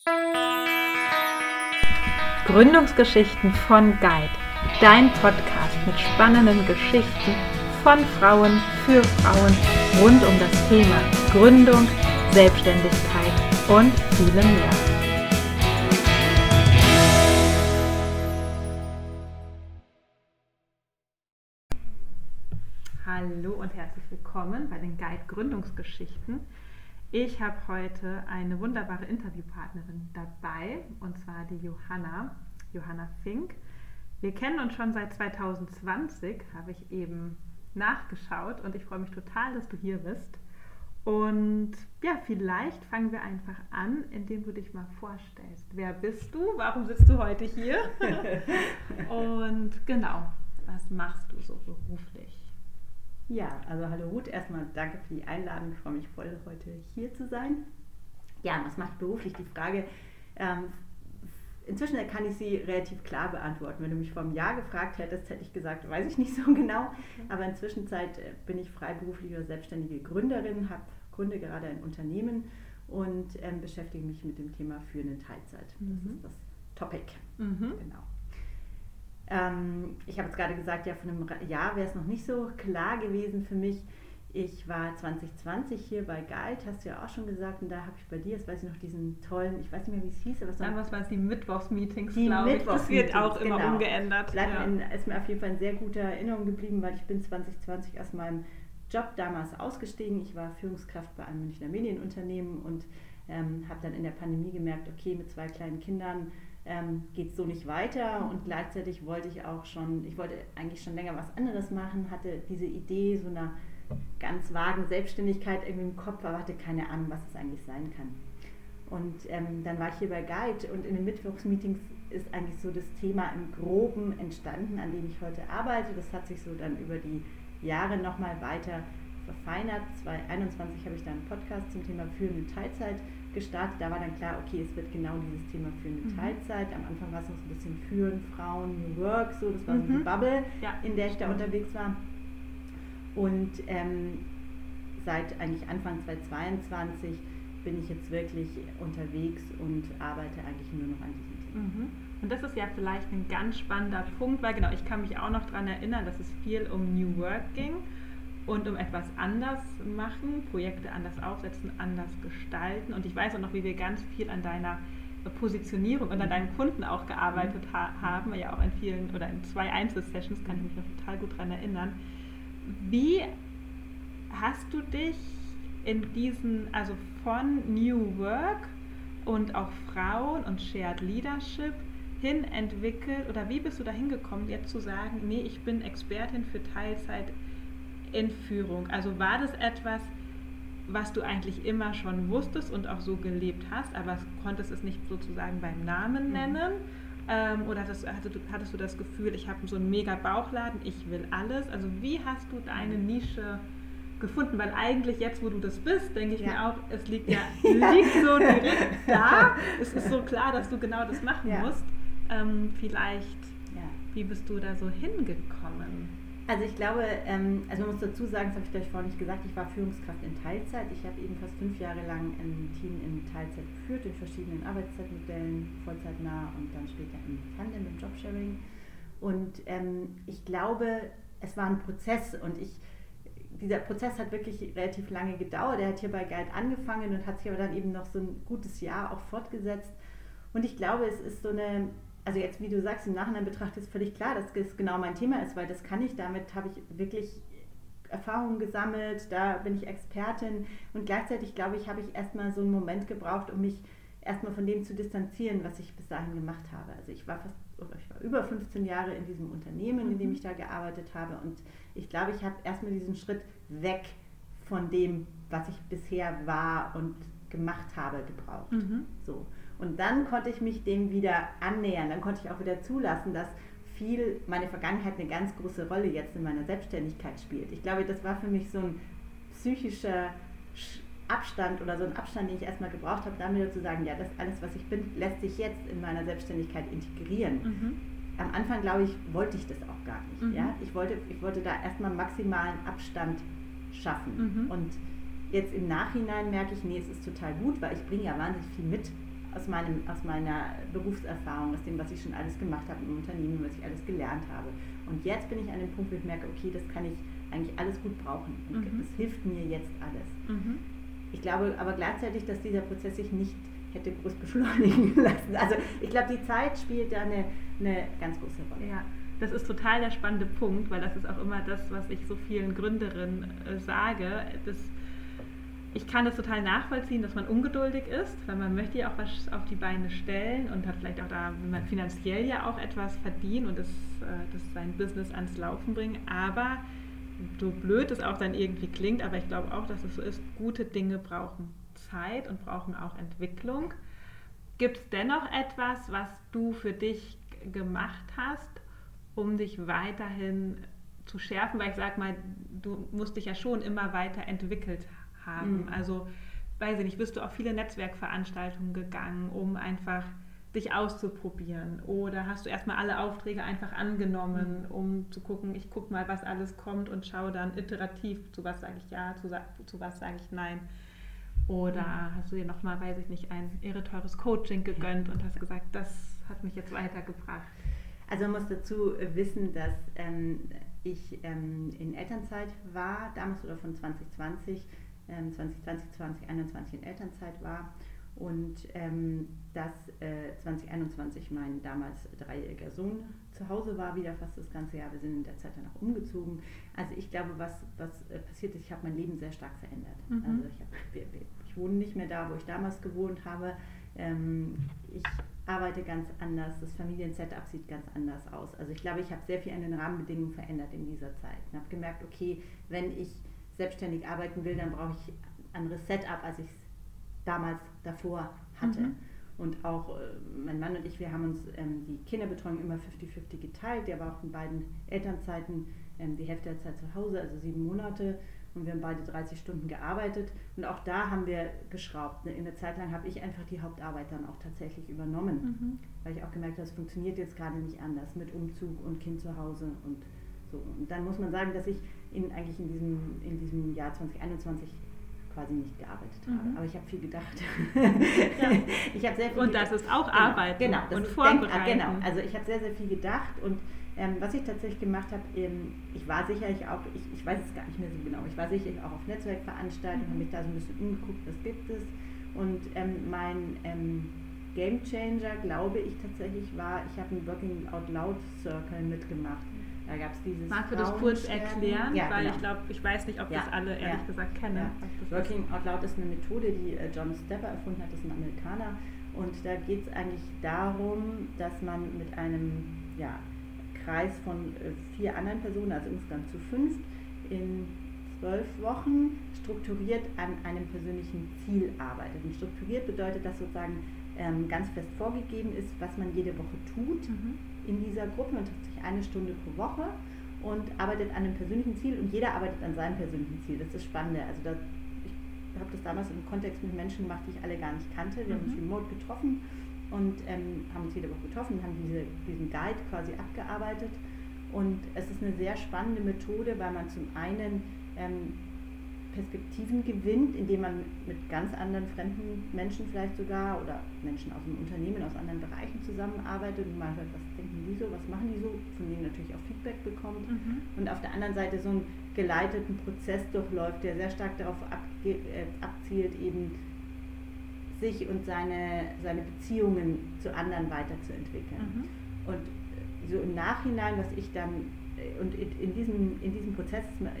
Gründungsgeschichten von Guide, dein Podcast mit spannenden Geschichten von Frauen für Frauen rund um das Thema Gründung, Selbstständigkeit und vielem mehr. Hallo und herzlich willkommen bei den Guide Gründungsgeschichten. Ich habe heute eine wunderbare Interviewpartnerin dabei, und zwar die Johanna Fink. Wir kennen uns schon seit 2020, habe ich eben nachgeschaut, und ich freue mich total, dass du hier bist. Und ja, vielleicht fangen wir einfach an, indem du dich mal vorstellst. Wer bist du? Warum sitzt du heute hier? Und genau, was machst du so beruflich? Ja, also hallo Ruth, erstmal danke für die Einladung, ich freue mich voll, heute hier zu sein. Ja, was mache ich beruflich? Die Frage, inzwischen kann ich sie relativ klar beantworten. Wenn du mich vor einem Jahr gefragt hättest, hätte ich gesagt, weiß ich nicht so genau. Aber in der Zwischenzeit bin ich freiberufliche oder selbstständige Gründerin, gründe gerade ein Unternehmen und beschäftige mich mit dem Thema führende Teilzeit. Das ist das Topic. Genau. Ich habe jetzt gerade gesagt, ja, von einem Jahr wäre es noch nicht so klar gewesen für mich. Ich war 2020 hier bei Guide, hast du ja auch schon gesagt, und da habe ich bei dir, das weiß ich noch, diesen tollen, ich weiß nicht mehr, wie es hieß, aber damals waren es die Mittwochsmeetings, glaube ich. Das wird auch immer umgeändert. Ist mir auf jeden Fall in sehr guter Erinnerung geblieben, weil ich bin 2020 aus meinem Job damals ausgestiegen. Ich war Führungskraft bei einem Münchner Medienunternehmen und habe dann in der Pandemie gemerkt, okay, mit 2 kleinen Kindern geht es so nicht weiter, und gleichzeitig wollte ich eigentlich schon länger was anderes machen, hatte diese Idee so einer ganz vagen Selbstständigkeit irgendwie im Kopf, aber hatte keine Ahnung, was es eigentlich sein kann. Und dann war ich hier bei Guide, und in den Mittwochsmeetings ist eigentlich so das Thema im Groben entstanden, an dem ich heute arbeite. Das hat sich so dann über die Jahre nochmal weiter verfeinert. 2021 habe ich dann einen Podcast zum Thema führende Teilzeit gestartet. Da war dann klar, okay, es wird genau dieses Thema führende Teilzeit. Am Anfang war es noch so ein bisschen Führen, Frauen, New Work, so, das war so die Bubble, in der ich da unterwegs war. Und seit eigentlich Anfang 2022 bin ich jetzt wirklich unterwegs und arbeite eigentlich nur noch an diesem Thema. Und das ist ja vielleicht ein ganz spannender Punkt, weil genau, ich kann mich auch noch daran erinnern, dass es viel um New Work ging und um etwas anders machen, Projekte anders aufsetzen, anders gestalten. Und ich weiß auch noch, wie wir ganz viel an deiner Positionierung und an deinem Kunden auch gearbeitet haben, ja auch in vielen oder in 2 Einzelsessions, kann ich mich noch total gut daran erinnern. Wie hast du dich in diesen, also von New Work und auch Frauen und Shared Leadership hin entwickelt, oder wie bist du dahin gekommen, jetzt zu sagen, nee, ich bin Expertin für Teilzeit in Führung? Also war das etwas, was du eigentlich immer schon wusstest und auch so gelebt hast, aber konntest es nicht sozusagen beim Namen nennen? Oder hattest du das Gefühl, ich habe so einen mega Bauchladen, ich will alles? Also wie hast du deine Nische gefunden? Weil eigentlich jetzt, wo du das bist, denke ich mir auch, es liegt so direkt da. Es ist so klar, dass du genau das machen musst. Wie bist du da so hingekommen? Also ich glaube, man muss dazu sagen, das habe ich gleich vorhin nicht gesagt, ich war Führungskraft in Teilzeit. Ich habe eben fast 5 Jahre lang ein Team in Teilzeit geführt, in verschiedenen Arbeitszeitmodellen, vollzeitnah und dann später im Tandem, im Jobsharing. Und ich glaube, es war ein Prozess, und dieser Prozess hat wirklich relativ lange gedauert. Er hat hier bei Guide angefangen und hat sich aber dann eben noch so ein gutes Jahr auch fortgesetzt. Und ich glaube, es ist so eine... Also jetzt, wie du sagst, im Nachhinein betrachtet ist völlig klar, dass das genau mein Thema ist, weil das kann ich, damit habe ich wirklich Erfahrungen gesammelt, da bin ich Expertin, und gleichzeitig, glaube ich, habe ich erstmal so einen Moment gebraucht, um mich erstmal von dem zu distanzieren, was ich bis dahin gemacht habe. Also ich war über 15 Jahre in diesem Unternehmen, in dem ich da gearbeitet habe, und ich glaube, ich habe erstmal diesen Schritt weg von dem, was ich bisher war und gemacht habe, gebraucht. So. Und dann konnte ich mich dem wieder annähern, dann konnte ich auch wieder zulassen, dass meine Vergangenheit eine ganz große Rolle jetzt in meiner Selbstständigkeit spielt. Ich glaube, das war für mich so ein psychischer Abstand oder so ein Abstand, den ich erstmal gebraucht habe, damit zu sagen, ja, das alles, was ich bin, lässt sich jetzt in meiner Selbstständigkeit integrieren. Am Anfang, glaube ich, wollte ich das auch gar nicht. Ja? Ich wollte da erstmal maximalen Abstand schaffen. Und jetzt im Nachhinein merke ich, nee, es ist total gut, weil ich bringe ja wahnsinnig viel mit aus meiner Berufserfahrung, aus dem, was ich schon alles gemacht habe im Unternehmen, was ich alles gelernt habe. Und jetzt bin ich an dem Punkt, wo ich merke, okay, das kann ich eigentlich alles gut brauchen. Und das hilft mir jetzt alles. Ich glaube aber gleichzeitig, dass dieser Prozess sich nicht hätte groß beschleunigen lassen. Also ich glaube, die Zeit spielt da eine ganz große Rolle. Ja, das ist total der spannende Punkt, weil das ist auch immer das, was ich so vielen Gründerinnen sage. Ich kann das total nachvollziehen, dass man ungeduldig ist, weil man möchte ja auch was auf die Beine stellen und hat vielleicht auch da, wenn man finanziell ja auch etwas verdient und das sein Business ans Laufen bringen. Aber so blöd es auch dann irgendwie klingt, aber ich glaube auch, dass es so ist, gute Dinge brauchen Zeit und brauchen auch Entwicklung. Gibt es dennoch etwas, was du für dich gemacht hast, um dich weiterhin zu schärfen? Weil ich sag mal, du musst dich ja schon immer weiter entwickelt haben. Also, weiß ich nicht, bist du auf viele Netzwerkveranstaltungen gegangen, um einfach dich auszuprobieren? Oder hast du erstmal alle Aufträge einfach angenommen, um zu gucken, ich gucke mal, was alles kommt und schaue dann iterativ, zu was sage ich ja, zu was sage ich nein? Oder hast du dir nochmal, weiß ich nicht, ein irre teures Coaching gegönnt und hast gesagt, das hat mich jetzt weitergebracht? Also man muss dazu wissen, dass ich in Elternzeit war, damals oder von 2020 2021 in Elternzeit war und dass 2021 mein damals 3-jähriger Sohn zu Hause war, wieder fast das ganze Jahr. Wir sind in der Zeit dann auch umgezogen. Also ich glaube, was passiert ist, ich habe mein Leben sehr stark verändert. Also ich wohne nicht mehr da, wo ich damals gewohnt habe. Ich arbeite ganz anders, das Familien-Setup sieht ganz anders aus. Also ich glaube, ich habe sehr viel an den Rahmenbedingungen verändert in dieser Zeit. Ich habe gemerkt, okay, wenn ich selbstständig arbeiten will, dann brauche ich ein anderes Setup, als ich es damals davor hatte. Und auch mein Mann und ich, wir haben uns die Kinderbetreuung immer 50-50 geteilt. Der war auch in beiden Elternzeiten die Hälfte der Zeit zu Hause, also 7 Monate. Und wir haben beide 30 Stunden gearbeitet. Und auch da haben wir geschraubt. In der Zeit lang habe ich einfach die Hauptarbeit dann auch tatsächlich übernommen. Weil ich auch gemerkt habe, es funktioniert jetzt gerade nicht anders mit Umzug und Kind zu Hause und so. Und dann muss man sagen, dass ich eigentlich in diesem Jahr 2021 quasi nicht gearbeitet habe. Aber ich habe viel gedacht. Ja. Ich habe sehr viel und das ist auch Arbeit und Vorbereiten. Genau, also ich habe sehr, sehr viel gedacht und was ich tatsächlich gemacht habe, ich war sicherlich auch, ich weiß es gar nicht mehr so genau, ich war sicherlich auch auf Netzwerkveranstaltungen, habe mich da so ein bisschen umgeguckt, was gibt es. Und mein Game Changer, glaube ich tatsächlich, war, ich habe einen Working Out Loud Circle mitgemacht. Da gab es dieses Magst du das kurz erklären? Ja, weil genau. ich weiß nicht, ob das alle ehrlich gesagt kennen. Ja. Working Out Loud ist eine Methode, die John Stepper erfunden hat, das ist ein Amerikaner. Und da geht es eigentlich darum, dass man mit einem Kreis von 4 anderen Personen, also insgesamt zu 5, in 12 Wochen strukturiert an einem persönlichen Ziel arbeitet. Und strukturiert bedeutet, dass sozusagen ganz fest vorgegeben ist, was man jede Woche tut in dieser Gruppe. Man trifft sich 1 Stunde pro Woche und arbeitet an einem persönlichen Ziel und jeder arbeitet an seinem persönlichen Ziel. Das ist das Spannende. Also ich habe das damals im Kontext mit Menschen gemacht, die ich alle gar nicht kannte. Wir haben uns remote getroffen und haben uns jede Woche getroffen, haben diesen Guide quasi abgearbeitet. Und es ist eine sehr spannende Methode, weil man zum einen Perspektiven gewinnt, indem man mit ganz anderen fremden Menschen vielleicht sogar oder Menschen aus dem Unternehmen, aus anderen Bereichen zusammenarbeitet und man hört, was denken die so, was machen die so, von denen natürlich auch Feedback bekommt und auf der anderen Seite so einen geleiteten Prozess durchläuft, der sehr stark darauf abzielt, eben sich und seine Beziehungen zu anderen weiterzuentwickeln. Und so im Nachhinein, was ich dann, und in diesem Prozess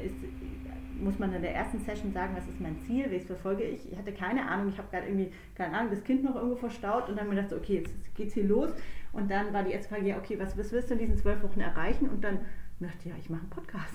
muss man in der ersten Session sagen, was ist mein Ziel, welches verfolge ich. Ich hatte keine Ahnung, ich habe gerade irgendwie, das Kind noch irgendwo verstaut und dann mir gedacht, okay, jetzt geht's hier los. Und dann war die erste Frage, ja, okay, was willst du in diesen 12 Wochen erreichen? Und dann dachte ich, ja, ich mache einen Podcast.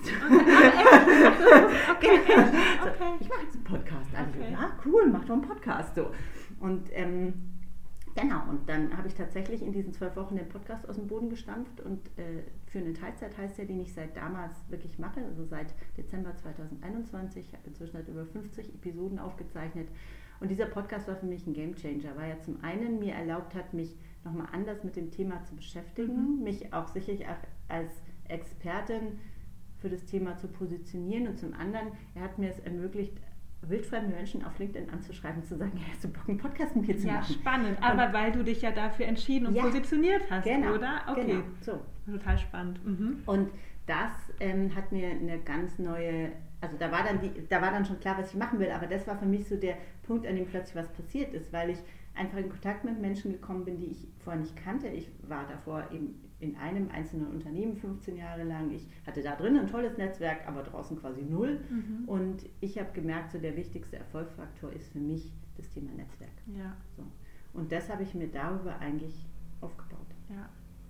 Okay. Ich mache jetzt einen Podcast. Also, ja, cool, mach doch einen Podcast. So. Und genau, und dann habe ich tatsächlich in diesen 12 Wochen den Podcast aus dem Boden gestampft und für eine Teilzeit heißt der, den ich seit damals wirklich mache, also seit Dezember 2021. Ich habe inzwischen seit über 50 Episoden aufgezeichnet und dieser Podcast war für mich ein Gamechanger, weil er zum einen mir erlaubt hat, mich nochmal anders mit dem Thema zu beschäftigen, mich auch sicherlich als Expertin für das Thema zu positionieren und zum anderen, er hat mir es ermöglicht, wildfremde Menschen auf LinkedIn anzuschreiben und zu sagen, ja, hast du Bock, einen Podcast mit mir zu machen? Ja, spannend. Aber weil du dich ja dafür entschieden und positioniert hast, genau, oder? Okay, genau, so. Total spannend. Und das hat mir eine ganz neue, also da war dann schon klar, was ich machen will, aber das war für mich so der Punkt, an dem plötzlich was passiert ist, weil ich einfach in Kontakt mit Menschen gekommen bin, die ich vorher nicht kannte. Ich war davor eben in einem einzelnen Unternehmen 15 Jahre lang. Ich hatte da drin ein tolles Netzwerk, aber draußen quasi null. Und ich habe gemerkt, so der wichtigste Erfolgsfaktor ist für mich das Thema Netzwerk. Ja. So. Und das habe ich mir darüber eigentlich aufgebaut. Ja.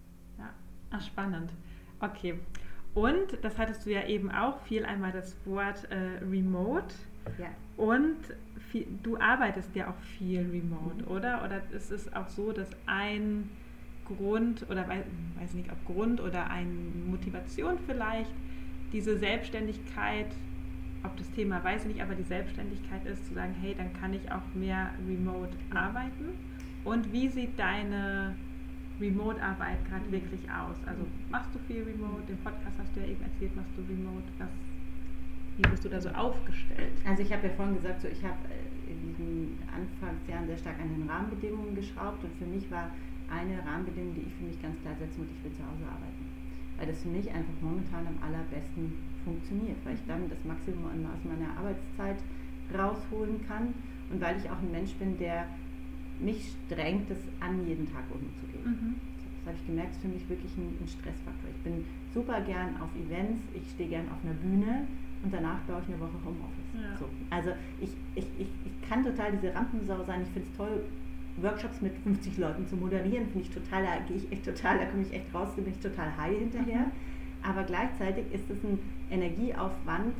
Ach, spannend. Okay. Und das hattest du ja eben auch viel einmal das Wort Remote. Ja. Und du arbeitest ja auch viel remote, oder? Oder ist es auch so, dass ein Grund oder weiß nicht, ob Grund oder eine Motivation vielleicht, diese Selbstständigkeit, ob das Thema weiß ich nicht, aber die Selbstständigkeit ist, zu sagen, hey, dann kann ich auch mehr remote arbeiten. Und wie sieht deine Remote-Arbeit gerade wirklich aus? Also machst du viel remote? Den Podcast hast du ja eben erzählt, machst du remote? Wie bist du da so aufgestellt? Also ich habe ja vorhin gesagt, so ich habe in diesen Anfangsjahren sehr stark an den Rahmenbedingungen geschraubt und für mich war eine Rahmenbedingung, die ich für mich ganz klar setze, und ich will zu Hause arbeiten. Weil das für mich einfach momentan am allerbesten funktioniert, weil ich dann das Maximum aus meiner Arbeitszeit rausholen kann und weil ich auch ein Mensch bin, der mich strengt, das an jeden Tag umzugehen. Das habe ich gemerkt, ist für mich wirklich ein Stressfaktor. Ich bin super gern auf Events, ich stehe gern auf einer Bühne und danach baue ich eine Woche Homeoffice. Ja. So. Also ich kann total diese Rampensau sein, ich finde es toll, Workshops mit 50 Leuten zu moderieren, finde ich total, da komme ich echt raus, da bin ich total high hinterher. Aber gleichzeitig ist es ein Energieaufwand,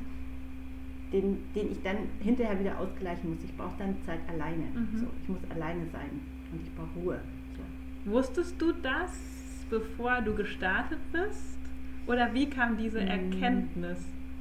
den ich dann hinterher wieder ausgleichen muss. Ich brauche dann Zeit alleine. So, ich muss alleine sein und ich brauche Ruhe. So. Wusstest du das, bevor du gestartet bist? Oder wie kam diese Erkenntnis?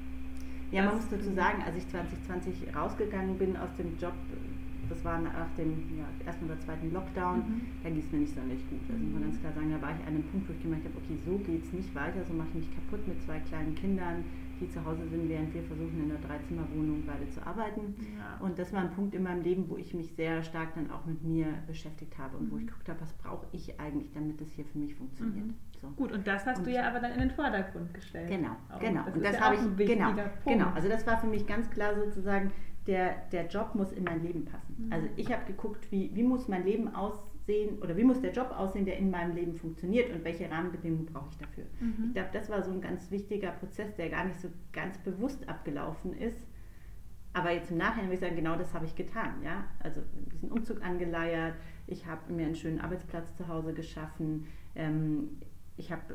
Ja, man muss dazu sagen, als ich 2020 rausgegangen bin aus dem Job, das war nach dem ersten oder zweiten Lockdown, da ging es mir nicht sonderlich gut. Also muss man ganz klar sagen, da war ich an einem Punkt, wo ich gemerkt habe, okay, so geht es nicht weiter, so mache ich mich kaputt mit 2 kleinen Kindern, die zu Hause sind, während wir versuchen, in einer 3-Zimmer-Wohnung beide zu arbeiten. Ja. Und das war ein Punkt in meinem Leben, wo ich mich sehr stark dann auch mit mir beschäftigt habe und wo ich geguckt habe, was brauche ich eigentlich, damit das hier für mich funktioniert. So. Gut, und das hast du ja aber dann in den Vordergrund gestellt. Genau. Das und das ja habe auch ein ich wichtiger Punkt. Genau. Also das war für mich ganz klar sozusagen, der Job muss in mein Leben passen. Also ich habe geguckt, wie muss mein Leben aussehen oder wie muss der Job aussehen, der in meinem Leben funktioniert und welche Rahmenbedingungen brauche ich dafür. Ich glaube, das war so ein ganz wichtiger Prozess, der gar nicht so ganz bewusst abgelaufen ist. Aber jetzt im Nachhinein würde ich sagen, genau das habe ich getan. Ja? Also diesen Umzug angeleiert, ich habe mir einen schönen Arbeitsplatz zu Hause geschaffen, ich habe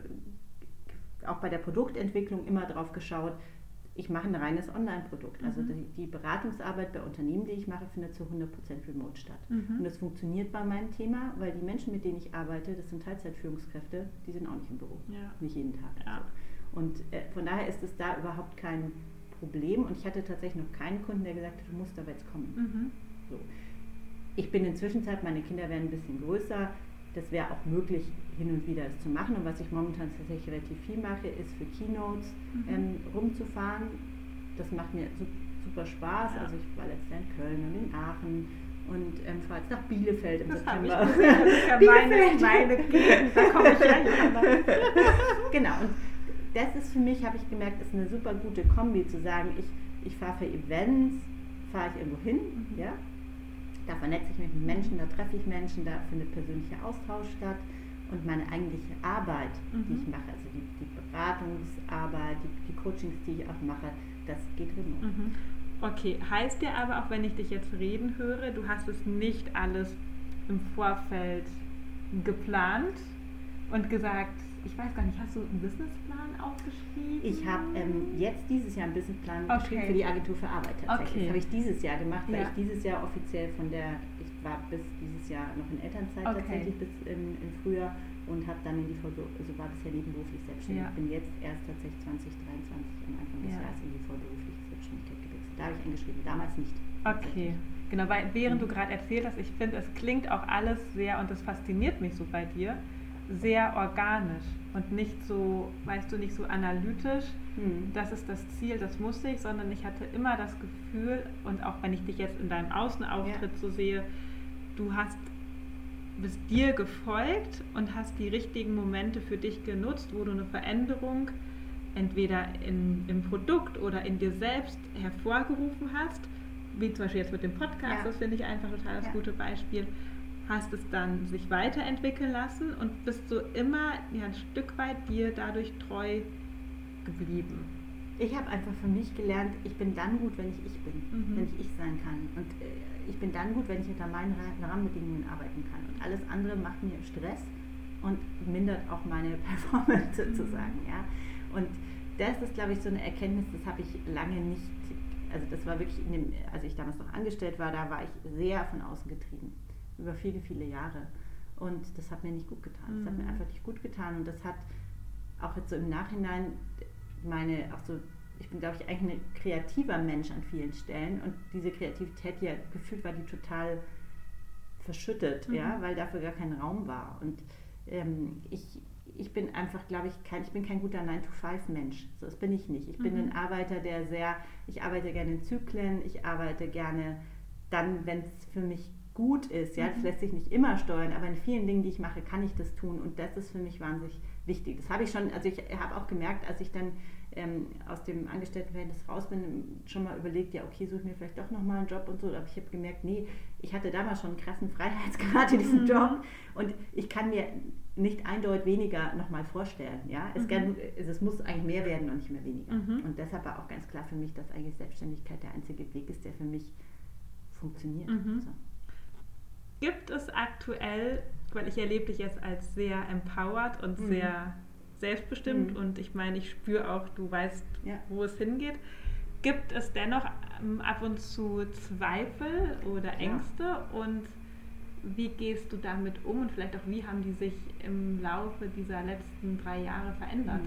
auch bei der Produktentwicklung immer drauf geschaut, ich mache ein reines Online-Produkt. Also die Beratungsarbeit bei Unternehmen, die ich mache, findet zu 100% remote statt. Und das funktioniert bei meinem Thema, weil die Menschen, mit denen ich arbeite, das sind Teilzeitführungskräfte, die sind auch nicht im Büro. Ja. Nicht jeden Tag. Ja. So. Und von daher ist es da überhaupt kein Problem. Und ich hatte tatsächlich noch keinen Kunden, der gesagt hat, du musst aber jetzt kommen. So. Ich bin inzwischen, meine Kinder werden ein bisschen größer. Das wäre auch möglich, hin und wieder es zu machen. Und was ich momentan tatsächlich relativ viel mache, ist für Keynotes rumzufahren. Das macht mir super Spaß. Ja. Also ich war letztes Jahr in Köln und in Aachen und fahre jetzt nach Bielefeld im September. Das ist ja meine Gegend, da komme ich ja hin. Genau, und das ist für mich, habe ich gemerkt, ist eine super gute Kombi, zu sagen, ich fahre für Events, fahre ich irgendwo hin, ja. Da vernetze ich mich mit Menschen, da treffe ich Menschen, da findet persönlicher Austausch statt. Und meine eigentliche Arbeit, die ich mache, also die Beratungsarbeit, die Coachings, die ich auch mache, das geht remote. Okay, heißt ja aber auch, wenn ich dich jetzt reden höre, du hast es nicht alles im Vorfeld geplant und gesagt, ich weiß gar nicht, hast du einen Businessplan aufgeschrieben? Ich habe jetzt dieses Jahr einen Businessplan geschrieben für die Agentur für Arbeit tatsächlich. Das habe ich dieses Jahr gemacht, weil ich dieses Jahr offiziell ich war bis dieses Jahr noch in Elternzeit tatsächlich bis im Frühjahr und habe dann so war bisher nebenberuflich selbstständig. Ich bin jetzt erst tatsächlich 2023 am Anfang des Jahres in die vollberufliche Selbstständigkeit gewechselt. Da habe ich eingeschrieben, damals nicht. Okay, genau, weil während du gerade erzählt hast, ich finde, es klingt auch alles sehr, und das fasziniert mich so bei dir, sehr organisch und nicht so, weißt du, nicht so analytisch, das ist das Ziel, das muss ich, sondern ich hatte immer das Gefühl, und auch wenn ich dich jetzt in deinem Außenauftritt so sehe, du bist dir gefolgt und hast die richtigen Momente für dich genutzt, wo du eine Veränderung entweder im Produkt oder in dir selbst hervorgerufen hast, wie zum Beispiel jetzt mit dem Podcast, das finde ich einfach total das gute Beispiel, hast es dann sich weiterentwickeln lassen und bist so immer ein Stück weit dir dadurch treu geblieben. Ich habe einfach für mich gelernt, ich bin dann gut, wenn ich bin, wenn ich sein kann. Und ich bin dann gut, wenn ich unter meinen Rahmenbedingungen arbeiten kann. Und alles andere macht mir Stress und mindert auch meine Performance sozusagen. Ja? Und das ist, glaube ich, so eine Erkenntnis, das habe ich lange nicht, also das war wirklich, als ich damals noch angestellt war, da war ich sehr von außen getrieben. Über viele, viele Jahre. Und das hat mir nicht gut getan. Das hat mir einfach nicht gut getan. Und das hat auch jetzt so im Nachhinein ich bin, glaube ich, eigentlich ein kreativer Mensch an vielen Stellen. Und diese Kreativität, die gefühlt war, die total verschüttet, weil dafür gar kein Raum war. Und ich bin einfach, glaube ich, bin kein guter 9-to-5-Mensch. So, das bin ich nicht. Ich bin ein Arbeiter, ich arbeite gerne in Zyklen, ich arbeite gerne dann, wenn es für mich gut ist, das lässt sich nicht immer steuern, aber in vielen Dingen, die ich mache, kann ich das tun und das ist für mich wahnsinnig wichtig. Das habe ich schon, also ich habe auch gemerkt, als ich dann aus dem Angestelltenverhältnis raus bin, schon mal überlegt, ja okay, suche ich mir vielleicht doch nochmal einen Job und so, aber ich habe gemerkt, nee, ich hatte damals schon einen krassen Freiheitsgrad in diesem Job und ich kann mir nicht eindeutig weniger nochmal vorstellen. Ja? Es muss eigentlich mehr werden und nicht mehr weniger. Und deshalb war auch ganz klar für mich, dass eigentlich Selbstständigkeit der einzige Weg ist, der für mich funktioniert. So. Gibt es aktuell, weil ich erlebe dich jetzt als sehr empowered und sehr selbstbestimmt und ich meine, ich spüre auch, du weißt, wo es hingeht. Gibt es dennoch ab und zu Zweifel oder Ängste und wie gehst du damit um und vielleicht auch, wie haben die sich im Laufe dieser letzten 3 Jahre verändert?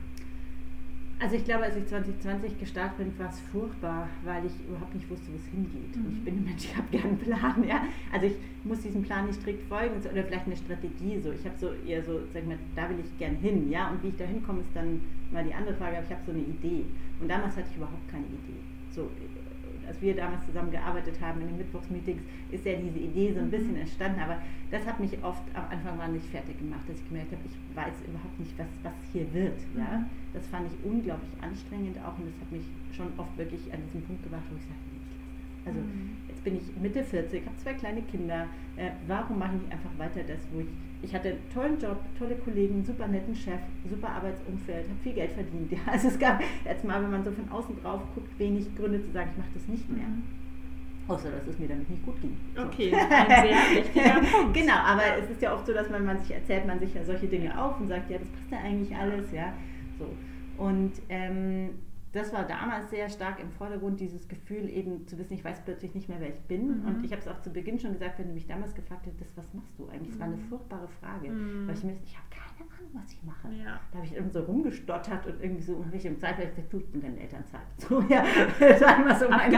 Also ich glaube, als ich 2020 gestartet bin, war es furchtbar, weil ich überhaupt nicht wusste, wo es hingeht. Und ich bin ein Mensch, ich habe gerne einen Plan. Ja? Also ich muss diesem Plan nicht strikt folgen oder vielleicht eine Strategie. So. Ich habe so eher so, sag ich mal, da will ich gern hin. Ja? Und wie ich da hinkomme, ist dann mal die andere Frage, aber ich habe so eine Idee. Und damals hatte ich überhaupt keine Idee. So, als wir damals zusammen gearbeitet haben in den Mittwochsmeetings, ist ja diese Idee so ein bisschen entstanden, aber das hat mich oft am Anfang wahnsinnig fertig gemacht, dass ich gemerkt habe, ich weiß überhaupt nicht, was hier wird. Ja? Das fand ich unglaublich anstrengend auch und das hat mich schon oft wirklich an diesen Punkt gebracht, wo ich sage, nee, ich lasse das. Also jetzt bin ich Mitte 40, habe 2 kleine Kinder, warum mache ich nicht einfach weiter das, wo ich hatte einen tollen Job, tolle Kollegen, super netten Chef, super Arbeitsumfeld, habe viel Geld verdient. Ja. Also es gab jetzt mal, wenn man so von außen drauf guckt, wenig Gründe zu sagen, ich mache das nicht mehr. Außer, dass es mir damit nicht gut ging. So. Okay, ein sehr wichtiger Punkt. Genau, aber es ist ja oft so, dass man sich erzählt, man sich ja solche Dinge auf und sagt, ja, das passt ja eigentlich alles, ja. So. Und das war damals sehr stark im Vordergrund, dieses Gefühl eben zu wissen, ich weiß plötzlich nicht mehr, wer ich bin. Und ich habe es auch zu Beginn schon gesagt, wenn du mich damals gefragt hättest, was machst du eigentlich? Das war eine furchtbare Frage, weil ich mir dachte, ich habe keine Ahnung, was ich mache. Ja. Da habe ich irgendwie so rumgestottert und irgendwie so, habe ich im Zeit gesagt, du, ich bin in Elternzeit. So, ja, das war immer so mein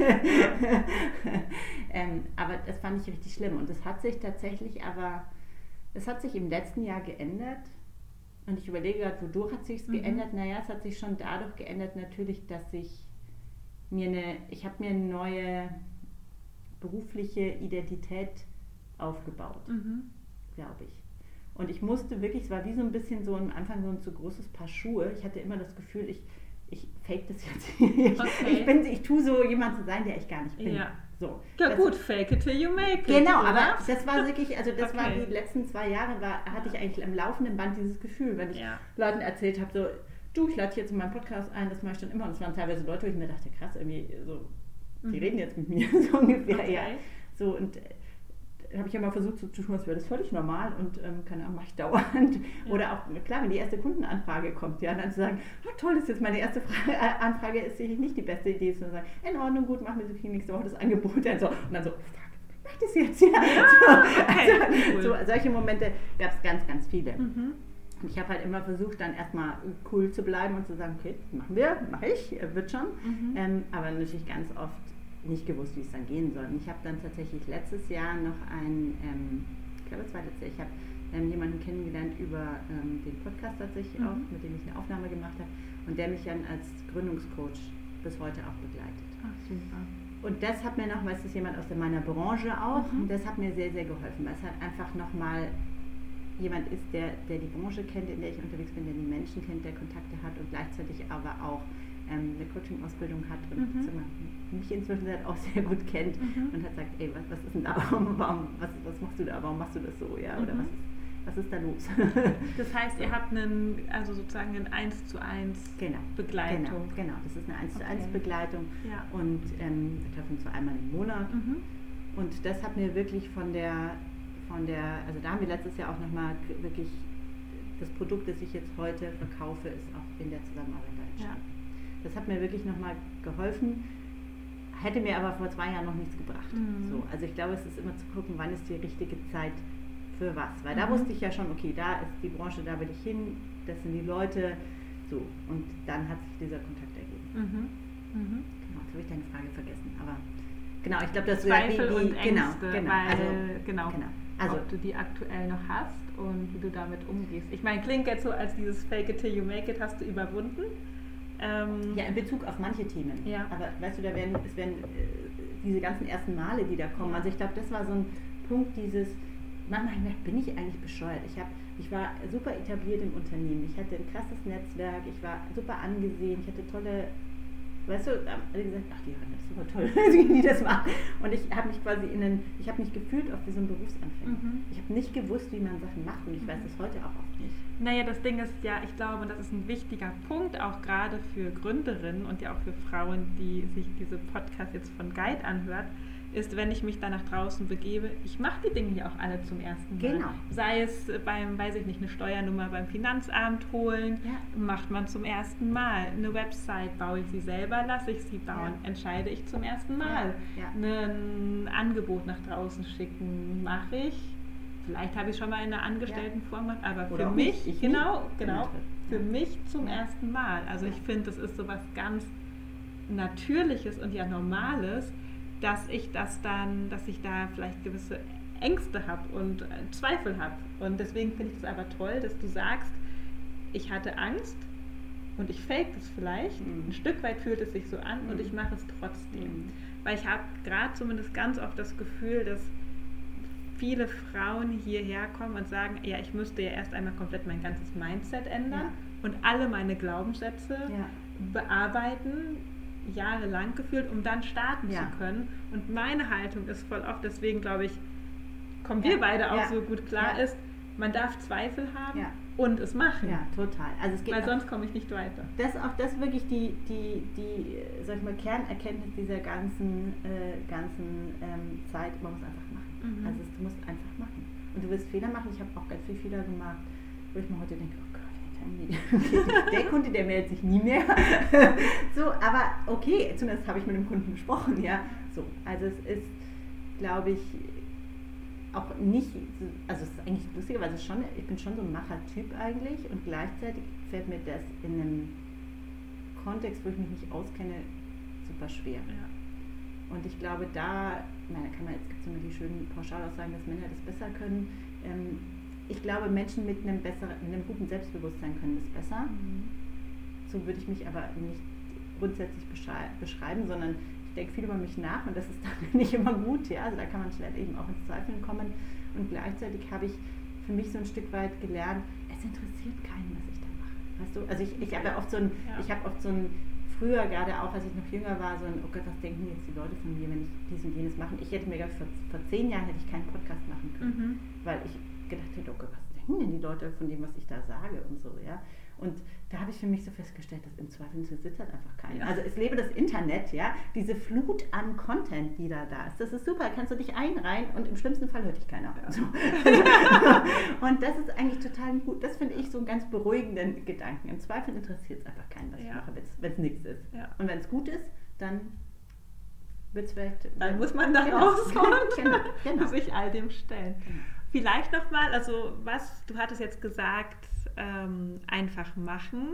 aber das fand ich richtig schlimm. Und das hat sich tatsächlich es hat sich im letzten Jahr geändert. Und ich überlege gerade, wodurch hat sich es geändert? Naja, es hat sich schon dadurch geändert natürlich, dass ich habe mir eine neue berufliche Identität aufgebaut, glaube ich. Und ich musste wirklich, es war wie so ein bisschen so am Anfang so ein zu großes Paar Schuhe. Ich hatte immer das Gefühl, ich fake das jetzt. Ich tue so jemand zu sein, der ich gar nicht bin. Ja. So. Ja gut, fake it till you make it. Genau, oder? Aber das war wirklich, also das war die letzten 2 Jahre, hatte ich eigentlich am laufenden Band dieses Gefühl, wenn ich Leuten erzählt habe, so, du, ich lade dich jetzt in meinen Podcast ein, das mache ich dann immer. Und es waren teilweise Leute, wo ich mir dachte, krass, irgendwie so, die reden jetzt mit mir, so ungefähr, ja. So, und habe ich ja mal versucht so zu tun, als wäre das völlig normal und keine Ahnung, mache ich dauernd. Ja. Oder auch, klar, wenn die erste Kundenanfrage kommt, ja, dann zu sagen, oh, toll, das ist jetzt meine erste Anfrage, ist sicherlich nicht die beste Idee, sondern sagen, in Ordnung, gut, machen wir so viel nächste Woche das Angebot. Und dann so, fuck, mach das jetzt, ja. Cool. So, solche Momente gab es ganz, ganz viele. Und ich habe halt immer versucht, dann erstmal cool zu bleiben und zu sagen, okay, mache ich, wird schon. Aber natürlich ganz oft nicht gewusst, wie es dann gehen soll. Und ich habe dann tatsächlich letztes Jahr noch ich glaube, es war letztes Jahr, ich habe jemanden kennengelernt über den Podcast tatsächlich auch, mit dem ich eine Aufnahme gemacht habe und der mich dann als Gründungscoach bis heute auch begleitet. Ach, super. Und das hat mir noch, weil es ist jemand aus meiner Branche auch, und das hat mir sehr, sehr geholfen, weil es halt einfach nochmal jemand ist, der die Branche kennt, in der ich unterwegs bin, der die Menschen kennt, der Kontakte hat und gleichzeitig aber auch eine Coaching-Ausbildung hat und mich inzwischen auch sehr gut kennt und hat gesagt, ey, was ist denn da, was machst du da, warum machst du das so, ja, oder was ist da los? Das heißt, ihr habt sozusagen eine 1:1 Begleitung. Genau, das ist eine 1:1 Begleitung und wir treffen uns einmal im Monat und das hat mir wirklich also da haben wir letztes Jahr auch nochmal wirklich das Produkt, das ich jetzt heute verkaufe, ist auch in der Zusammenarbeit da entstanden. Das hat mir wirklich nochmal geholfen, hätte mir aber vor 2 Jahren noch nichts gebracht. So, also ich glaube, es ist immer zu gucken, wann ist die richtige Zeit für was. Weil da wusste ich ja schon, okay, da ist die Branche, da will ich hin, das sind die Leute, so. Und dann hat sich dieser Kontakt ergeben. Genau, jetzt habe ich deine Frage vergessen, aber genau, ich glaube, das Zweifel und Ängste, genau. Also, ob du die aktuell noch hast und wie du damit umgehst. Ich meine, klingt jetzt so, als dieses Fake it till you make it hast du überwunden. Ja, in Bezug auf manche Themen. Ja. Aber weißt du, es werden diese ganzen ersten Male, die da kommen. Ja. Also ich glaube, das war so ein Punkt, manchmal bin ich eigentlich bescheuert. Ich war super etabliert im Unternehmen. Ich hatte ein krasses Netzwerk, ich war super angesehen, ich hatte tolle, weißt du, alle gesagt, ach, die Johanna, das ist super toll, wie die das macht. Und ich habe mich quasi ich habe mich gefühlt oft wie so ein Berufsanfänger. Ich habe nicht gewusst, wie man Sachen macht und ich weiß das heute auch oft nicht. Naja, das Ding ist ja, ich glaube, das ist ein wichtiger Punkt, auch gerade für Gründerinnen und ja auch für Frauen, die sich diese Podcast jetzt von Guide anhört, ist, wenn ich mich da nach draußen begebe, ich mache die Dinge ja auch alle zum ersten Mal. Genau. Sei es beim, weiß ich nicht, eine Steuernummer beim Finanzamt holen, macht man zum ersten Mal. Eine Website, baue ich sie selber, lasse ich sie bauen, entscheide ich zum ersten Mal. Ein Angebot nach draußen schicken, mache ich. Vielleicht habe ich schon mal in einer Angestelltenform gemacht, aber für mich, für mich zum ersten Mal. Also ich finde, das ist so was ganz Natürliches und ja Normales, dass ich da vielleicht gewisse Ängste habe und Zweifel habe. Und deswegen finde ich es aber toll, dass du sagst, ich hatte Angst und ich fake das vielleicht. Ein Stück weit fühlt es sich so an und ich mache es trotzdem. Weil ich habe gerade zumindest ganz oft das Gefühl, dass viele Frauen hierher kommen und sagen, ja, ich müsste ja erst einmal komplett mein ganzes Mindset ändern und alle meine Glaubenssätze bearbeiten, jahrelang gefühlt, um dann starten zu können. Und meine Haltung ist voll oft, deswegen glaube ich, kommen wir beide auch so gut klar, ist, man darf Zweifel haben und es machen. Ja, total. Also es geht weil sonst komme ich nicht weiter. Das ist wirklich die sag ich mal, Kernerkenntnis dieser ganzen Zeit, man muss einfach machen. Also du musst einfach machen. Und du wirst Fehler machen. Ich habe auch ganz viele Fehler gemacht, wo ich mir heute denke, oh Gott, der Kunde, der meldet sich nie mehr. So, aber okay, zumindest habe ich mit dem Kunden gesprochen, So, also es ist, glaube ich, auch nicht, also es ist eigentlich lustigerweise ich bin schon so ein Macher-Typ eigentlich und gleichzeitig fällt mir das in einem Kontext, wo ich mich nicht auskenne, super schwer. Und ich glaube, da kann man, jetzt gibt es immer die schönen Pauschalaussagen, dass Männer das besser können. Ich glaube, Menschen mit einem guten Selbstbewusstsein können das besser. So würde ich mich aber nicht grundsätzlich beschreiben, sondern ich denke viel über mich nach und das ist dann nicht immer gut. Also da kann man schnell eben auch ins Zweifeln kommen. Und gleichzeitig habe ich für mich so ein Stück weit gelernt, es interessiert keinen, was ich da mache. Weißt du? Also ich habe ja oft so ein früher, gerade auch als ich noch jünger war, so ein, oh Gott, was denken jetzt die Leute von mir, wenn ich dies und jenes mache? Ich hätte mir gedacht, vor 10 Jahren hätte ich keinen Podcast machen können, weil ich gedacht hätte, oh Gott, was denken denn die Leute von dem, was ich da sage und so, Und da habe ich für mich so festgestellt, dass im Zweifel interessiert halt einfach keiner. Also es lebe das Internet, diese Flut an Content, die da ist. Das ist super, kannst du dich einreihen und im schlimmsten Fall hört dich keiner. So. Und das ist eigentlich total gut. Das finde ich so einen ganz beruhigenden Gedanken. Im Zweifel interessiert es einfach keinen, was ich mache, wenn es nichts ist. Und wenn es gut ist, dann wird es vielleicht... Dann muss man da rauskommen und sich all dem stellen. Vielleicht nochmal, also du hattest jetzt gesagt, einfach machen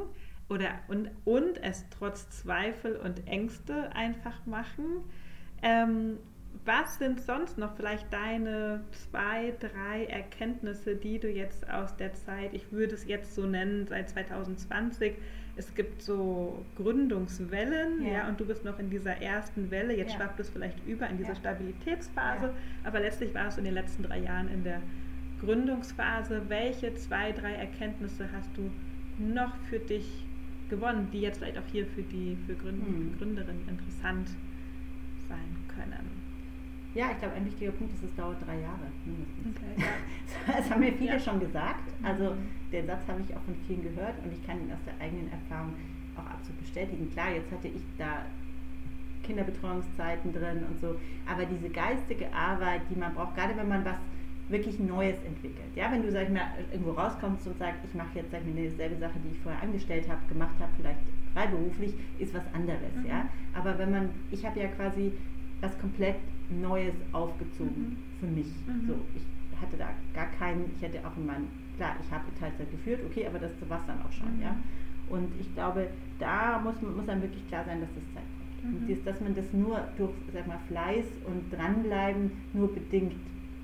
und es trotz Zweifel und Ängste einfach machen. was sind sonst noch vielleicht deine 2, 3 Erkenntnisse, die du jetzt aus der Zeit, ich würde es jetzt so nennen, seit 2020, es gibt so Gründungswellen, ja, und du bist noch in dieser ersten Welle, jetzt schwappt es vielleicht über in diese Stabilitätsphase, aber letztlich warst du in den letzten 3 Jahren in der Gründungsphase. Welche 2, 3 Erkenntnisse hast du noch für dich gewonnen, die jetzt vielleicht auch hier für Gründerinnen interessant sein können? Ja, ich glaube, ein wichtiger Punkt ist, es dauert 3 Jahre mindestens. Okay, ja. Das haben mir viele schon gesagt. Also den Satz habe ich auch von vielen gehört und ich kann ihn aus der eigenen Erfahrung auch absolut bestätigen. Klar, jetzt hatte ich da Kinderbetreuungszeiten drin und so, aber diese geistige Arbeit, die man braucht, gerade wenn man was wirklich Neues entwickelt. Ja, wenn du, sag ich mal, irgendwo rauskommst und sagst, ich mache jetzt, sag ich mal, dieselbe Sache, die ich vorher angestellt habe, gemacht habe, vielleicht freiberuflich, ist was anderes. Ja, aber ich habe ja quasi was komplett Neues aufgezogen für mich. So, ich hatte da ich hätte auch klar, ich habe Teilzeit geführt, okay, aber das war es dann auch schon, ja. Und ich glaube, da muss einem wirklich klar sein, dass das Zeit braucht. Und dass man das nur durch, sag mal, Fleiß und Dranbleiben nur bedingt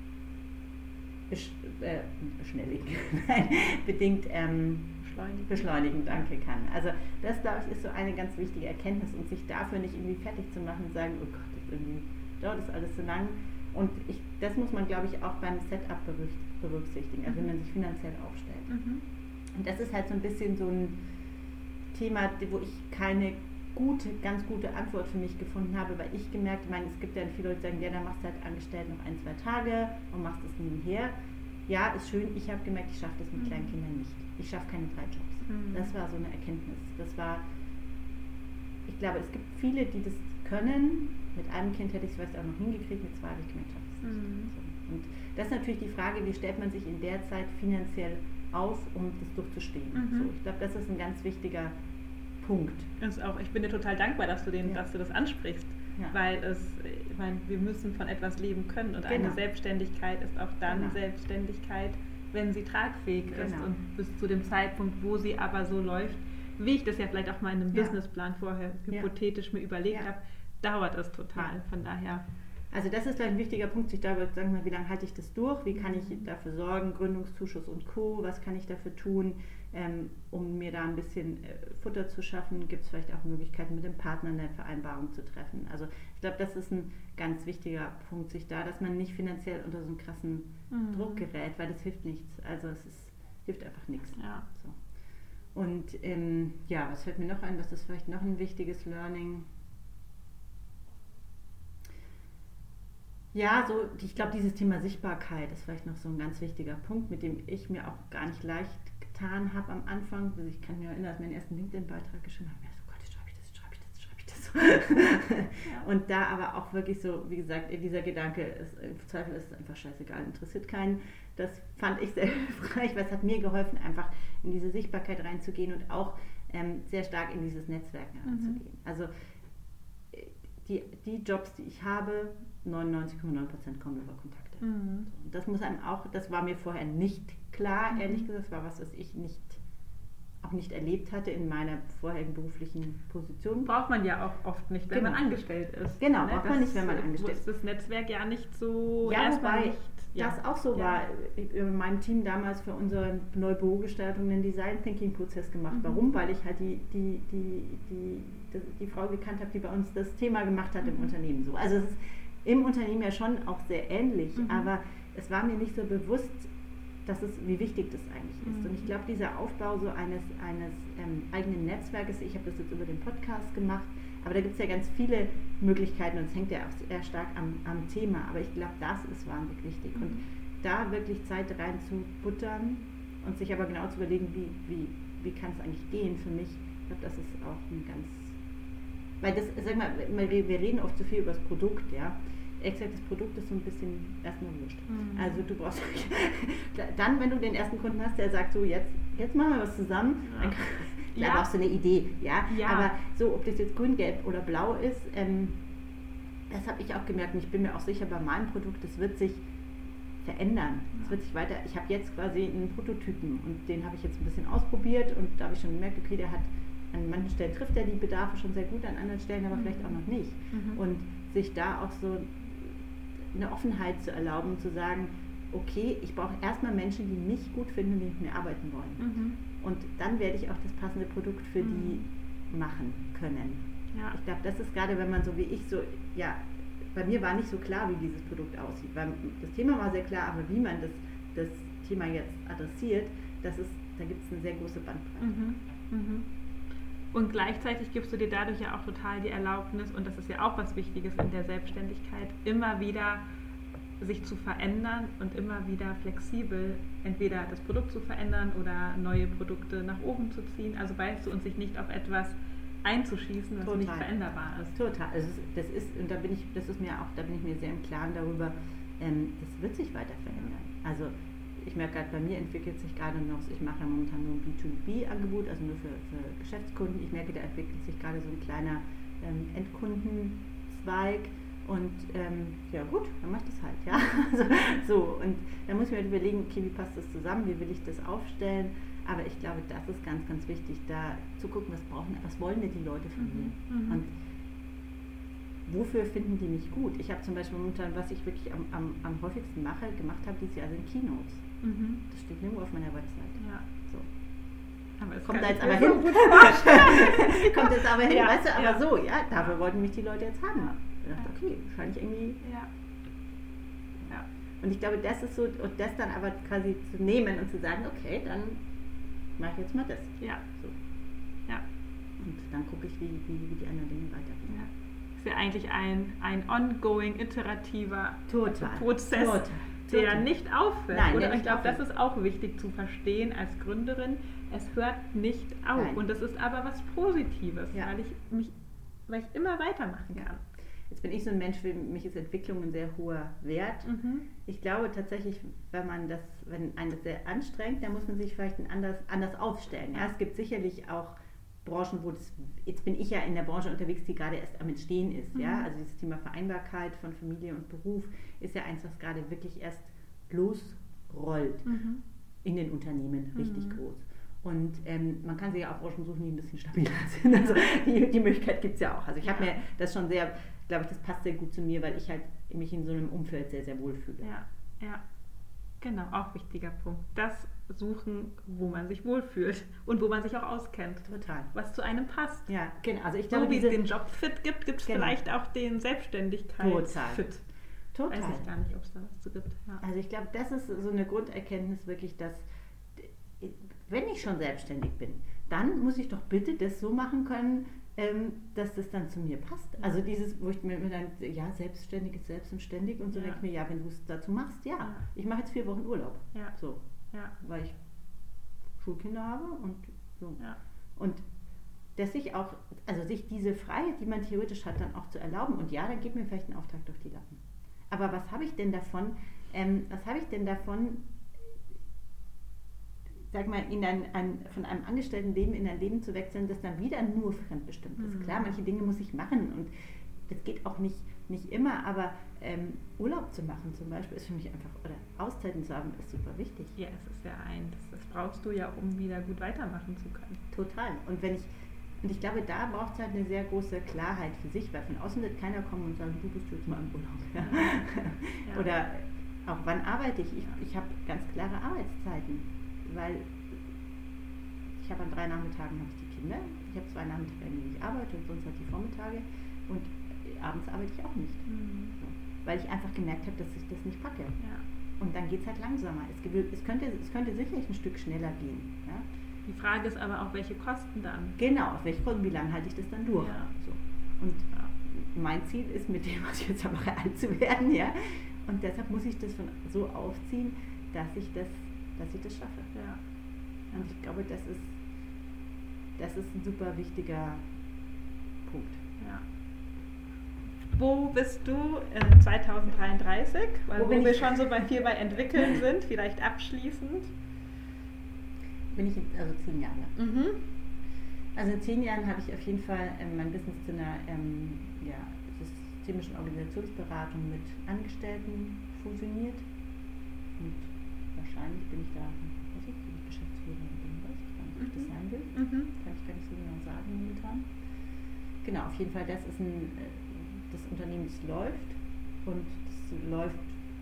beschleunigen, danke, kann. Also das, glaube ich, ist so eine ganz wichtige Erkenntnis und sich dafür nicht irgendwie fertig zu machen und sagen, oh Gott, irgendwie dauert das alles so lang. Und das muss man, glaube ich, auch beim Setup berücksichtigen, also wenn man sich finanziell aufstellt. Und das ist halt so ein bisschen so ein Thema, wo ich keine ganz gute Antwort für mich gefunden habe, weil ich gemerkt habe, es gibt ja viele Leute, die sagen, ja, dann machst du halt angestellt noch 1, 2 Tage und machst es nebenher. Ja, ist schön, ich habe gemerkt, ich schaffe das mit kleinen Kindern nicht. Ich schaffe keine 3 Jobs. Das war so eine Erkenntnis. Ich glaube, es gibt viele, die das können. Mit einem Kind hätte ich es vielleicht auch noch hingekriegt, mit 2 habe ich gemerkt, schaffe ich es nicht. So. Und das ist natürlich die Frage, wie stellt man sich in der Zeit finanziell auf, um das durchzustehen. So, ich glaube, das ist ein ganz wichtiger Punkt. Ich bin dir total dankbar, dass du das ansprichst, weil wir müssen von etwas leben können und eine Selbstständigkeit ist auch dann Selbstständigkeit, wenn sie tragfähig ist und bis zu dem Zeitpunkt, wo sie aber so läuft, wie ich das ja vielleicht auch mal in einem Businessplan vorher hypothetisch mir überlegt habe, dauert es total, von daher. Also das ist vielleicht ein wichtiger Punkt, sich darüber zu sagen, wie lange halte ich das durch, wie kann ich dafür sorgen, Gründungszuschuss und Co., was kann ich dafür tun, um mir da ein bisschen Futter zu schaffen, gibt es vielleicht auch Möglichkeiten, mit dem Partner eine Vereinbarung zu treffen. Also ich glaube, das ist ein ganz wichtiger Punkt, dass man nicht finanziell unter so einen krassen Druck gerät, weil das hilft nichts. Also hilft einfach nichts. Ja. So. Und was fällt mir noch ein, was ist vielleicht noch ein wichtiges Learning? Ja, ich glaube, dieses Thema Sichtbarkeit ist vielleicht noch so ein ganz wichtiger Punkt, mit dem ich mir auch gar nicht leicht getan habe am Anfang. Also ich kann mich erinnern, dass ich meinen ersten LinkedIn-Beitrag geschrieben habe, so Gott, jetzt schreibe ich das. Und da aber auch wirklich so, wie gesagt, dieser Gedanke, im Zweifel ist es einfach scheißegal, interessiert keinen. Das fand ich sehr hilfreich, weil es hat mir geholfen, einfach in diese Sichtbarkeit reinzugehen und auch sehr stark in dieses Netzwerken reinzugehen. Also die Jobs, die ich habe, 99,9% kommen über Kontakte. So, das muss einem das war mir vorher nicht klar, ehrlich gesagt, das war was ich nicht erlebt hatte in meiner vorherigen beruflichen Position. Braucht man ja auch oft nicht, wenn man angestellt ist. Genau, braucht man nicht, wenn man angestellt ist. Das Netzwerk ja nicht so wobei das auch so war. In meinem Team damals für unsere neue Bürogestaltung einen Design Thinking Prozess gemacht. Warum? Weil ich halt die Frau gekannt habe, die bei uns das Thema gemacht hat im Unternehmen. So. Also es ist im Unternehmen ja schon auch sehr ähnlich, aber es war mir nicht so bewusst, wie wichtig das eigentlich ist. Und ich glaube, dieser Aufbau so eines eigenen Netzwerkes, ich habe das jetzt über den Podcast gemacht, aber da gibt es ja ganz viele Möglichkeiten und es hängt ja auch sehr stark am Thema, aber ich glaube, das ist wahnsinnig wichtig. Und da wirklich Zeit rein zu buttern und sich aber genau zu überlegen, wie kann es eigentlich gehen für mich, ich glaube, das ist auch ein ganz... Weil das, sag mal, wir reden oft zu viel über das Produkt, ja. Exakt, das Produkt ist so ein bisschen erstmal wurscht. Also du brauchst dann, wenn du den ersten Kunden hast, der sagt so, jetzt machen wir was zusammen, dann brauchst du eine Idee, ja. Aber so, ob das jetzt grün, gelb oder blau ist, das habe ich auch gemerkt und ich bin mir auch sicher, bei meinem Produkt, das wird sich verändern. Es wird sich weiter, ich habe jetzt quasi einen Prototypen und den habe ich jetzt ein bisschen ausprobiert und da habe ich schon gemerkt, okay, der hat an manchen Stellen trifft er die Bedarfe schon sehr gut, an anderen Stellen aber vielleicht auch noch nicht. Und sich da auch so eine Offenheit zu erlauben, zu sagen, okay, ich brauche erstmal Menschen, die mich gut finden und die mit mir arbeiten wollen. Und dann werde ich auch das passende Produkt für die machen können. Ja. Ich glaube, das ist gerade, wenn man so wie ich so, ja, bei mir war nicht so klar, wie dieses Produkt aussieht. Weil das Thema war sehr klar, aber wie man das Thema jetzt adressiert, da gibt es eine sehr große Bandbreite. Und gleichzeitig gibst du dir dadurch ja auch total die Erlaubnis, und das ist ja auch was Wichtiges in der Selbstständigkeit, immer wieder sich zu verändern und immer wieder flexibel entweder das Produkt zu verändern oder neue Produkte nach oben zu ziehen. Also weißt du, und sich nicht auf etwas einzuschießen, was nicht veränderbar ist. Total. Also das bin ich mir sehr im Klaren darüber, das wird sich weiter verändern. Also ich merke gerade, bei mir entwickelt sich gerade noch, ich mache ja momentan nur ein B2B-Angebot, also nur für Geschäftskunden. Ich merke, da entwickelt sich gerade so ein kleiner Endkundenzweig. Und ja gut, dann mache ich das halt, ja. Also, so, und dann muss ich mir halt überlegen, okay, wie passt das zusammen, wie will ich das aufstellen? Aber ich glaube, das ist ganz, ganz wichtig, da zu gucken, was wollen denn die Leute von mir? Und wofür finden die mich gut? Ich habe zum Beispiel momentan, was ich wirklich am häufigsten gemacht habe dieses Jahr, sind Keynotes. Das steht nirgendwo auf meiner Website. Ja. So. Aber Kommt da jetzt aber hin. Kommt jetzt aber hin, ja, weißt du, aber so, ja, dafür wollten mich die Leute jetzt haben. Ich dachte, okay, wahrscheinlich irgendwie. Ja. Und ich glaube, das ist so, und das dann aber quasi zu nehmen und zu sagen, okay, dann mache ich jetzt mal das. Ja. So. Ja. Und dann gucke ich, wie die anderen Dinge weitergehen. Ja. Das ist ja eigentlich ein ongoing, iterativer Prozess, der nicht aufhört. Nein, oder ich glaube, das ist auch wichtig zu verstehen als Gründerin. Es hört nicht auf. Nein. Und das ist aber was Positives, Ja. weil ich immer weitermachen kann. Jetzt bin ich so ein Mensch, für mich ist Entwicklung ein sehr hoher Wert. Ich glaube tatsächlich, wenn einen das sehr anstrengt, dann muss man sich vielleicht anders aufstellen. Ja, es gibt sicherlich auch Branchen, jetzt bin ich ja in der Branche unterwegs, die gerade erst am Entstehen ist. Ja? Also dieses Thema Vereinbarkeit von Familie und Beruf ist ja eins, was gerade wirklich erst losrollt in den Unternehmen, richtig groß. Und man kann sich ja auch Branchen suchen, die ein bisschen stabiler sind. Also die Möglichkeit gibt es ja auch. Also ich habe mir das schon sehr, glaube ich, das passt sehr gut zu mir, weil ich halt mich in so einem Umfeld sehr, sehr wohl fühle. Ja, genau, auch wichtiger Punkt. Das suchen, wo man sich wohlfühlt und wo man sich auch auskennt. Total. Was zu einem passt. Ja, genau. Also ich glaube, so wie es den Job-Fit gibt es vielleicht auch den Selbstständigkeits-Fit. Total. Weiß ich gar nicht, ob es da was zu gibt. Ja. Also ich glaube, das ist so eine Grunderkenntnis wirklich, dass wenn ich schon selbstständig bin, dann muss ich doch bitte das so machen können, dass das dann zu mir passt. Also dieses, wo ich mir dann, ja, selbstständig ist selbstständig und so denke ich mir, ja, wenn du es dazu machst, ja. Ich mache jetzt 4 Wochen Urlaub. Ja. So. Ja. Weil ich Schulkinder habe und so. Ja. Und dass sich diese Freiheit, die man theoretisch hat, dann auch zu erlauben. Und ja, dann gibt mir vielleicht einen Auftrag durch die Lappen. Aber was habe ich denn davon, sag mal, von einem Angestelltenleben in ein Leben zu wechseln, das dann wieder nur fremdbestimmt ist. Klar, manche Dinge muss ich machen und das geht auch nicht immer, aber Urlaub zu machen zum Beispiel ist für mich einfach, oder Auszeiten zu haben, ist super wichtig. Ja, es ist ja das brauchst du ja, um wieder gut weitermachen zu können. Total. Und ich glaube, da braucht es halt eine sehr große Klarheit für sich, weil von außen wird keiner kommen und sagen, du bist jetzt mal im Urlaub. Ja. Ja. Oder auch wann arbeite ich? Ich habe ganz klare Arbeitszeiten, weil ich habe an 3 Nachmittagen habe ich die Kinder, ich habe 2 Nachmittage, in denen ich arbeite und sonst halt die Vormittage und abends arbeite ich auch nicht. So, weil ich einfach gemerkt habe, dass ich das nicht packe. Ja. Und dann geht es halt langsamer. Es könnte sicherlich ein Stück schneller gehen. Ja? Die Frage ist aber auch, welche Kosten dann? Genau, auf welche Kosten, wie lange halte ich das dann durch? Ja. So. Und mein Ziel ist, mit dem, was ich jetzt mache, alt zu werden. Ja? Und deshalb muss ich das so aufziehen, dass ich das schaffe. Ja. Und ich glaube, das ist ein super wichtiger Punkt. Ja. Wo bist du in 2033? Wo wir schon so bei Entwickeln sind, vielleicht abschließend? Bin ich also 10 Jahre. Also in 10 Jahren habe ich auf jeden Fall mein Business zu einer systemischen Organisationsberatung mit Angestellten fusioniert. Und wahrscheinlich bin ich da, weiß ich, bin ich Geschäftsführerin bin, weiß ich gar nicht, ob ich das sein will. Kann ich gar nicht so genau sagen momentan. Genau, auf jeden Fall, das ist das Unternehmen, das läuft und das läuft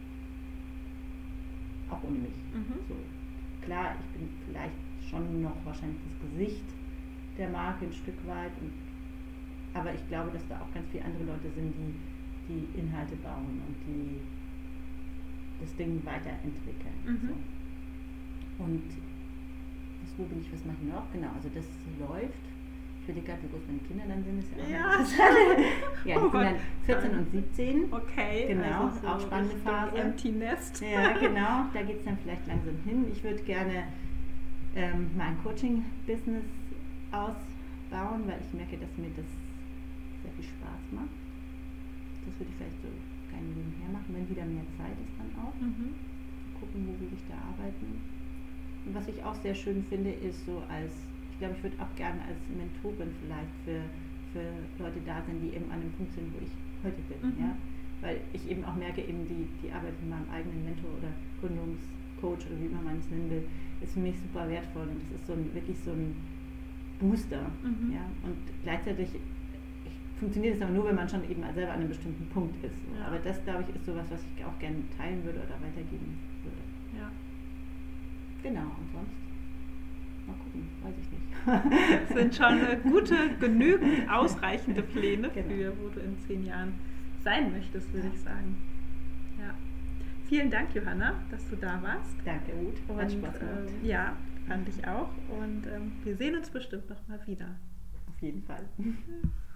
auch ohne mich. Mhm. So. Klar, ich bin vielleicht schon noch wahrscheinlich das Gesicht der Marke ein Stück weit, aber ich glaube, dass da auch ganz viele andere Leute sind, die Inhalte bauen und die das Ding weiterentwickeln. Mhm. So. Und was mache ich noch? Genau, also das läuft. Ich überlege gerade, wie groß meine Kinder dann sind, ist ja auch interessant. Ja, die sind dann 14 und 17. Okay, genau, also so auch spannende Phase. Empty Nest. Ja, genau, da geht es dann vielleicht langsam hin. Ich würde gerne mein Coaching-Business ausbauen, weil ich merke, dass mir das sehr viel Spaß macht. Das würde ich vielleicht so gerne nebenher machen, wenn wieder mehr Zeit ist dann auch. Mhm. Gucken, wo will ich da arbeiten. Und was ich auch sehr schön finde, ist so ich glaube, ich würde auch gerne als Mentorin vielleicht für Leute da sein, die eben an dem Punkt sind, wo ich heute bin. Mhm. Ja? Weil ich eben auch merke, eben die Arbeit mit meinem eigenen Mentor oder Gründungscoach oder wie immer man es nennen will, ist für mich super wertvoll und das ist wirklich so ein Booster. Mhm. Ja? Und gleichzeitig funktioniert es aber nur, wenn man schon eben selber an einem bestimmten Punkt ist. Ja. Aber das, glaube ich, ist sowas, was ich auch gerne teilen würde oder weitergeben würde. Ja. Genau, und sonst? Mal gucken, weiß ich nicht. Das sind schon genügend ausreichende Pläne Genau. für, wo du in 10 Jahren sein möchtest, würde ich sagen. Ja. Vielen Dank, Johanna, dass du da warst. Danke, Ruth. Hat Spaß gemacht. Ja, fand ich auch. Und wir sehen uns bestimmt noch mal wieder. Auf jeden Fall.